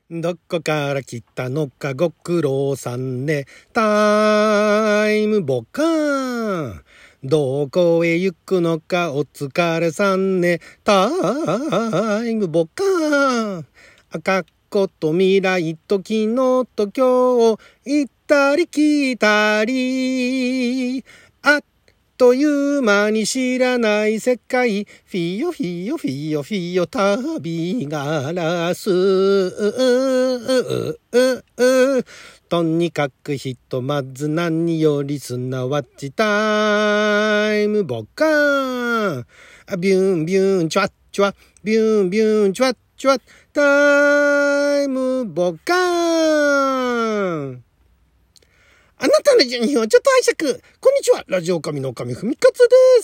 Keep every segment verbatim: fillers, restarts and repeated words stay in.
どこから来たのかご苦労さんね。タイムボカーン。どこへ行くのかお疲れさんね。タイムボカーン。過去と未来と昨日と今日行ったり来たり。あっという間に知らない世界。フィヨフィヨフィヨフィヨ旅ガラス。とにかくひとまず何よりすなわちタイムボカーン。ビュンビュンチュワッチュワッビュンビュンチュワッチュワッタイムボカーン。あなたのじゅうにふんをちょっと拝借。こんにちは。ラジオ神の神ふみかつです。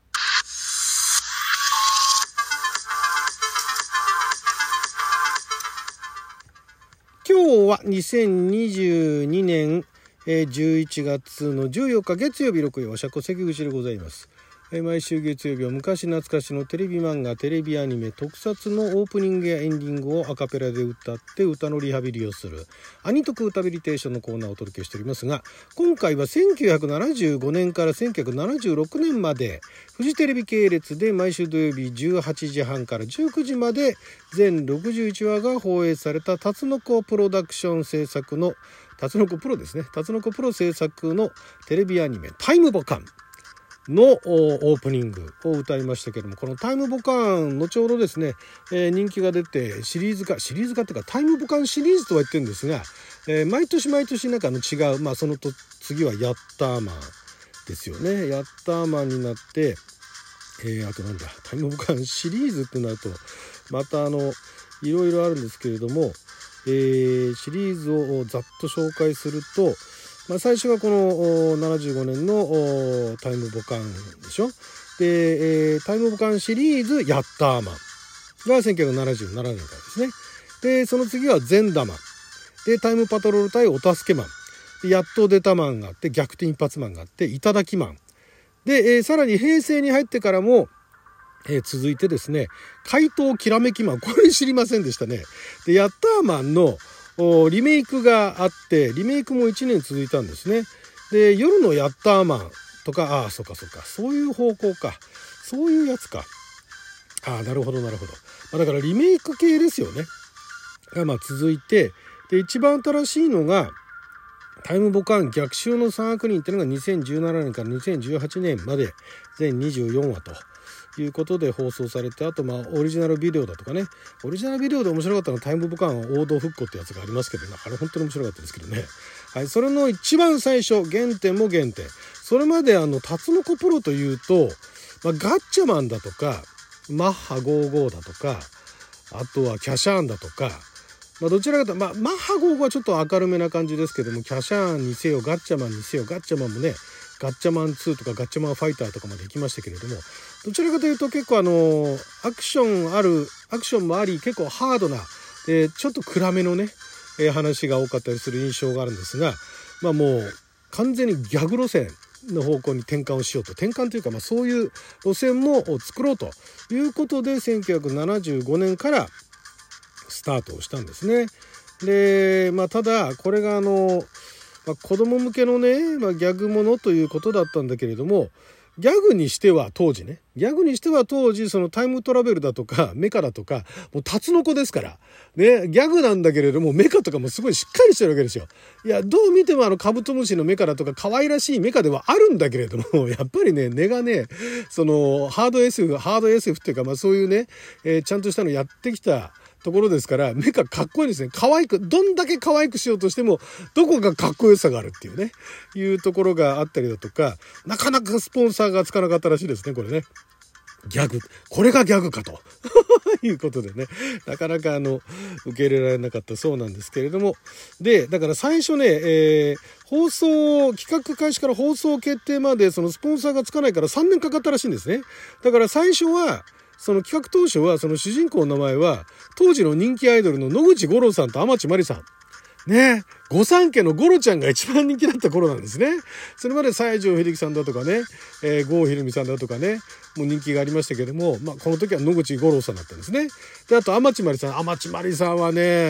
今日はにせんにじゅうにねんじゅういちがつのじゅうよっか月曜日ろくよおしゃこ関口でございます。毎週月曜日は昔懐かしのテレビ漫画、テレビアニメ、特撮のオープニングやエンディングをアカペラで歌って歌のリハビリをするアニトク歌ビリテーションのコーナーをお届けしておりますが、今回はせんきゅうひゃくななじゅうごねんからせんきゅうひゃくななじゅうろくねんまでフジテレビ系列で毎週土曜日じゅうはちじはんからじゅうくじまで全ろくじゅういちわが放映されたタツノコプロダクション制作のタツノコプロですねタツノコプロ制作のテレビアニメタイムボカンのオープニングを歌いましたけども、このタイムボカーン後ほどですね、えー、人気が出てシリーズ化シリーズ化っていうかタイムボカンシリーズとは言ってるんですが、えー、毎年毎年なんかの違う、まあそのと次はヤッターマンですよね。ヤッターマンになって、えー、あとなんだタイムボカンシリーズってなるとまたあのいろいろあるんですけれども、えー、シリーズをざっと紹介すると、まあ、最初はこのななじゅうごねんのタイムボカンでしょ。で、えー、タイムボカンシリーズヤッターマンがせんきゅうひゃくななじゅうななねんからですね。でその次はゼンダマンでタイムパトロール対お助けマンでやっと出たマンがあって逆転一発マンがあっていただきマンで、えー、さらに平成に入ってからもえー、続いてですね怪盗きらめきマン、これ知りませんでしたね。でヤッターマンのリメイクがあってリメイクもいちねん続いたんですね。で夜のヤッターマンとか、ああそうかそうかそういう方向か、そういうやつか、ああなるほどなるほど、まあ、だからリメイク系ですよねがまあ続いて、で一番新しいのがタイムボカン逆襲のさん悪人っていうのがにせんじゅうななねんからにせんじゅうはちねんまで全にじゅうよんわということで放送されて、あとまあオリジナルビデオだとかね、オリジナルビデオで面白かったのはタイムボカン王道復興ってやつがありますけど、あれ本当に面白かったですけどね。はい、それの一番最初原点も原点、それまであのタツノコプロというと、まあ、ガッチャマンだとかマッハごじゅうごだとか、あとはキャシャーンだとか、まあ、どちらかというと、まあ、マッハごじゅうごはちょっと明るめな感じですけども、キャシャーンにせよガッチャマンにせよ、ガッチャマンもねガッチャマンツーとかガッチャマンファイターとかまで行きましたけれども、どちらかというと結構あのアクションあるアクションもあり結構ハードな、えー、ちょっと暗めのね、えー、話が多かったりする印象があるんですが、まあもう完全にギャグ路線の方向に転換をしようと、転換というかまあそういう路線も作ろうということでせんきゅうひゃくななじゅうごねんからスタートをしたんですね。でまあただこれがあのまあ、子供向けのね、まあ、ギャグものということだったんだけれども、ギャグにしては当時ねギャグにしては当時そのタイムトラベルだとかメカだとかもうタツノコですからね、ギャグなんだけれどもメカとかもすごいしっかりしてるわけですよ。いやどう見てもあのカブトムシのメカだとか可愛らしいメカではあるんだけれども、やっぱりね根がねそのハード エスエフ ハード エスエフ っていうかまあそういうね、えー、ちゃんとしたのやってきたところですからメカかっこいいですね。可愛くどんだけ可愛くしようとしてもどこかかっこよさがあるっていうねいうところがあったりだとか、なかなかスポンサーがつかなかったらしいですねこれね。ギャグこれがギャグかということでね、なかなかあの受け入れられなかったそうなんですけれども、でだから最初ね、えー、放送企画開始から放送決定までそのスポンサーがつかないからさんねんかかったらしいんですね。だから最初はその企画当初はその主人公の名前は当時の人気アイドルの野口五郎さんと天地真理さんね、御三家のゴロちゃんが一番人気だった頃なんですね。それまで西城秀樹さんだとかね、えー、郷ひろみさんだとかねもう人気がありましたけども、まあ、この時は野口五郎さんだったんですね。であと天地真理さん天地真理さんはね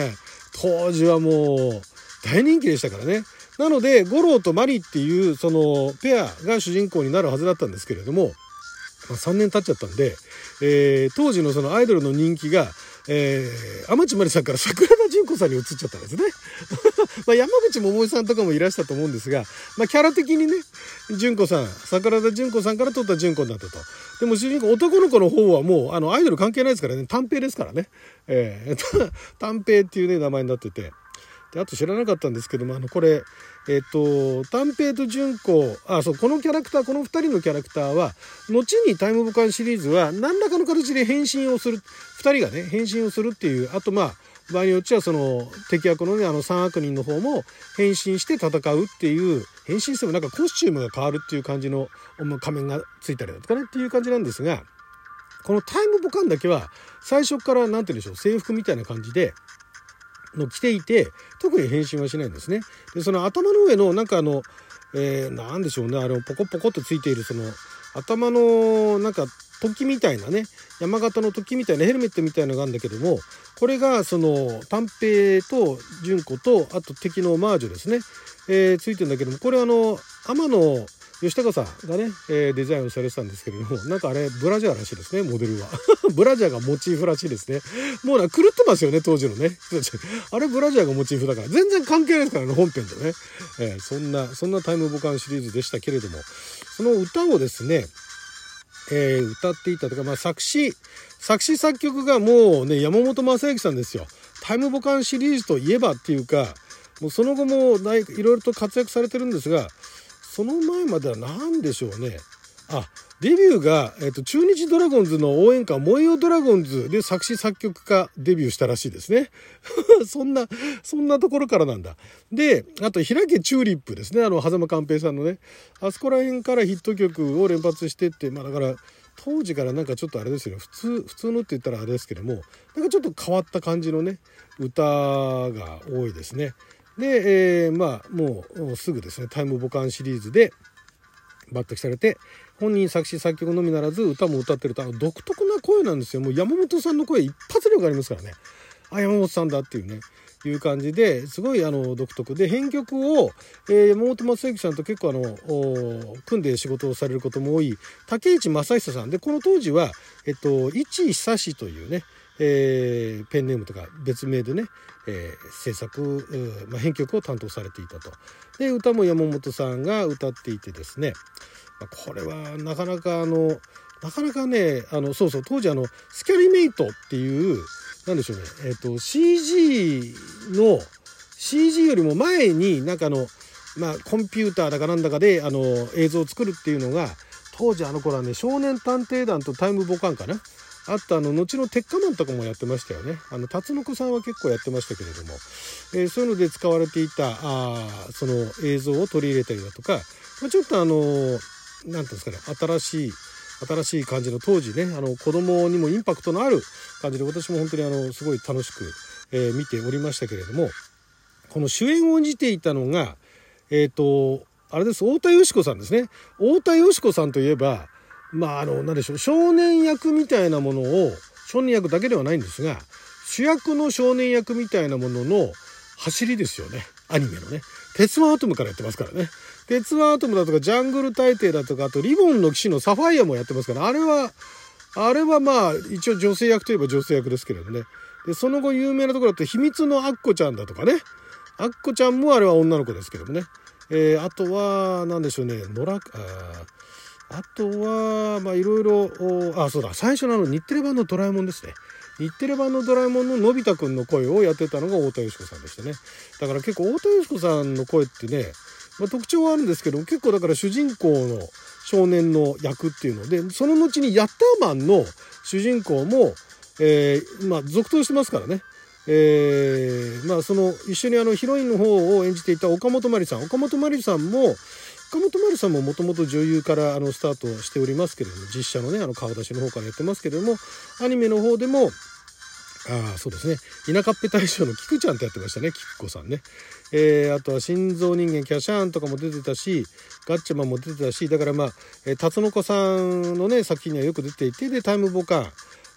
当時はもう大人気でしたからね。なので五郎とマリっていうそのペアが主人公になるはずだったんですけれども、まあ、さんねん経っちゃったんで、えー、当時のそのアイドルの人気が、えー、天地真理さんから桜田淳子さんに移っちゃったんですね。まあ山口百恵さんとかもいらしたと思うんですが、まあ、キャラ的にね淳子さん桜田淳子さんから取った淳子になったと。でも主人公男の子の方はもうあのアイドル関係ないですからね、短平ですからね、えー、短平っていうね名前になってて、であと知らなかったんですけども、あのこれえっと短平と純子、あそうこのキャラクターこのふたりのキャラクターは後にタイムボカンシリーズは何らかの形で変身をする、ふたりがね変身をするっていう、あとまあ場合によっちゃその敵役のねあの三悪人の方も変身して戦うっていう、変身してもなんかコスチュームが変わるっていう感じの仮面がついたりだとかねっていう感じなんですが、このタイムボカンだけは最初からなんて言うんでしょう、制服みたいな感じでの着ていて特に変身はしないんですね。でその頭の上のなんかあの、えー、なんでしょうね、あのポコポコっとついているその頭のなんか突起みたいなね、山形の突起みたいなヘルメットみたいなのがあるんだけども、これがその短平と純子とあと敵のオマージュですね、えー、ついてるんだけども、これあの天野吉高さんがね、えー、デザインをされてたんですけれども、なんかあれブラジャーらしいですね、モデルはブラジャーがモチーフらしいですね。もうな狂ってますよね当時のねあれブラジャーがモチーフだから全然関係ないですからね本編とね、えー、そんなそんなタイムボカンシリーズでしたけれども、その歌をですね、えー、歌っていたとか、まあ、作詞作詞作曲がもうね山本昌之さんですよ。タイムボカンシリーズといえばっていうか、もうその後もいろいろと活躍されてるんですが、その前までは何でしょうね、あデビューが、えーと、中日ドラゴンズの応援歌燃えよドラゴンズで作詞作曲家デビューしたらしいですねそんなそんなところからなんだ。であと開けチューリップですね、あの狭間寛平さんのね、あそこら辺からヒット曲を連発してって、まあだから当時からなんかちょっとあれですよね、普通普通のって言ったらあれですけども、なんかちょっと変わった感じのね歌が多いですね。で、えー、まあもうすぐですねタイムボカンシリーズで抜擢されて、本人作詞作曲のみならず歌も歌ってると、あの独特な声なんですよ。もう山本さんの声一発力ありますからね、あ山本さんだっていうねいう感じですごいあの独特で、編曲を、えー、山本昌之さんと結構あの組んで仕事をされることも多い竹内正久さんで、この当時はえっと市久志というね、えー、ペンネームとか別名でね、えー、制作、まあ、編曲を担当されていたと。で歌も山本さんが歌っていてですね、まあ、これはなかなかあのなかなかねあのそうそう当時あのスキャリメイトっていうなんでしょうね、えっと シージー の シージー よりも前になんかあのまあコンピューターだかなんだかであの映像を作るっていうのが当時あの頃はね少年探偵団とタイムボカンかなあったあの後の鉄火マンとかもやってましたよね。あの辰野子さんは結構やってましたけれども、えー、そういうので使われていたあその映像を取り入れたりだとか、まあ、ちょっとあの何ていうんですかね新しい新しい感じの当時ねあの子供にもインパクトのある感じで私も本当にあのすごい楽しく、えー、見ておりましたけれども、この主演を演じていたのがえっとあれです、太田淑子さんですね。太田淑子さんといえばまああの何でしょう、少年役みたいなものを少年役だけではないんですが主役の少年役みたいなものの走りですよね。アニメのね鉄腕アトムからやってますからね。鉄腕アトムだとかジャングル大帝だとかあとリボンの騎士のサファイアもやってますから、あれはあれはまあ一応女性役といえば女性役ですけれどね。でその後有名なところだと秘密のアッコちゃんだとかね、アッコちゃんもあれは女の子ですけどもね、えー、あとは何でしょうね野良ああとはまあいろいろあそうだ最初のあの日テレ版のドラえもんですね。日テレ版のドラえもんののび太くんの声をやってたのが太田淑子さんでしたね。だから結構太田淑子さんの声ってね、まあ、特徴はあるんですけど結構だから主人公の少年の役っていうので、その後にヤッターマンの主人公も、えー、まあ続投してますからね。えー、まあその一緒にあのヒロインの方を演じていた岡本真理さん岡本真理さんも岡本真理さんももともと女優からあのスタートしておりますけれども、実写のねあの顔出しの方からやってますけれども、アニメの方でもあそうですね田舎っぺ大将のキクちゃんとやってましたね、キクコさんね。えー、あとは心臓人間キャシャーンとかも出てたしガッチャマンも出てたし、だからまあ、えー、辰野子さんのね作品にはよく出ていて、でタイムボカン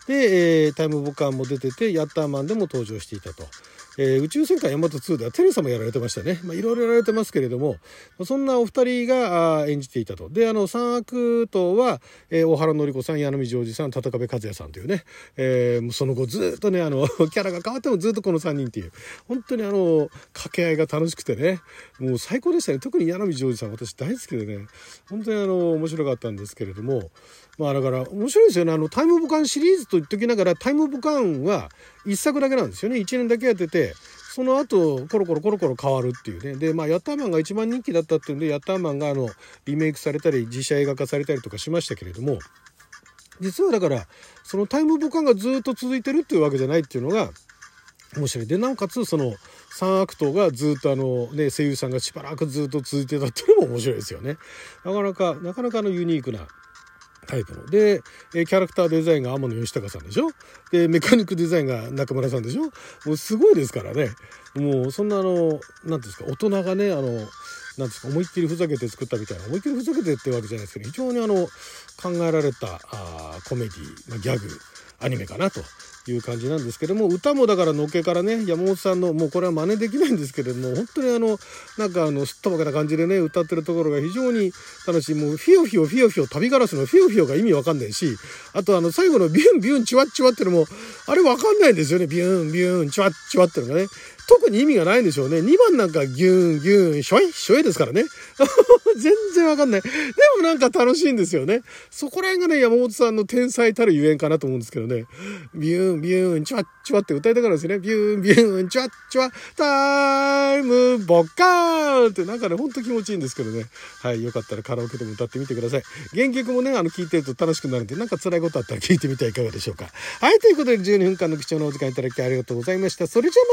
で、えー、タイムボカンも出てて、ヤッターマンでも登場していたと。えー、宇宙戦艦ヤマトツーではテレサもやられてましたね。まあいろいろやられてますけれども、そんなお二人が演じていたと。で、あの三悪党は、えー、大原典子さん、柳見ジョージさん、田中部和也さんというね、えー、その後ずっとね、あのキャラが変わってもずっとこのさんにんっていう、本当にあの掛け合いが楽しくてね、もう最高でしたね。特に柳見ジョージさん、私大好きでね、本当にあの面白かったんですけれども、まあだから面白いですよね。あのタイムボカンシリーズと言っときながら、タイムボカンはいっさくだけなんですよね。いちねんだけやってて、その後コロコロコロコロ変わるっていうね。で、まあヤッターマンが一番人気だったっていうんで、ヤッターマンがあのリメイクされたり実写映画化されたりとかしましたけれども、実はだからそのタイムボカンがずっと続いてるっていうわけじゃないっていうのが面白い。で、なおかつそのさんアクトがずっとあのね、声優さんがしばらくずっと続いてたっていうのも面白いですよね。なかなかなかなかのユニークなタイプので、キャラクターデザインが天野義孝さんでしょ。で、メカニックデザインが中村さんでしょ。もうすごいですからね。もうそんなあのなんですか、大人がね、あのなんですか、思いっきりふざけて作ったみたいな、思いっきりふざけてってわけじゃないですけど、非常にあの考えられたあコメディ、まあ、ギャグアニメかなという感じなんですけども、歌もだからのっけからね、山本さんのもうこれは真似できないんですけれども、本当にあのなんかあのすっとぼけな感じでね歌ってるところが非常に楽しい。もうフィオフィオフィオフィオ旅ガラスのフィオフィオが意味わかんないし、あとあの最後のビュンビュンチワッチワってのもあれわかんないんですよね。ビュンビュンチワッチワってのがね、特に意味がないんでしょうね。にばんなんかギュンギュンショイショイですからね全然わかんない。でもなんか楽しいんですよね。そこら辺がね、山本さんの天才たるゆえんかなと思うんですけどね。ビュンビュンチワッチワって歌いたからですね。ビュンビュンチワッチワタイムボカーンってなんかね、ほんと気持ちいいんですけどね。はい、よかったらカラオケでも歌ってみてください。原曲もね、あの聞いてると楽しくなるんで、なんか辛いことあったら聞いてみてはいかがでしょうか。はい、ということでじゅうにふんかんの貴重なお時間いただきありがとうございました。それじゃあ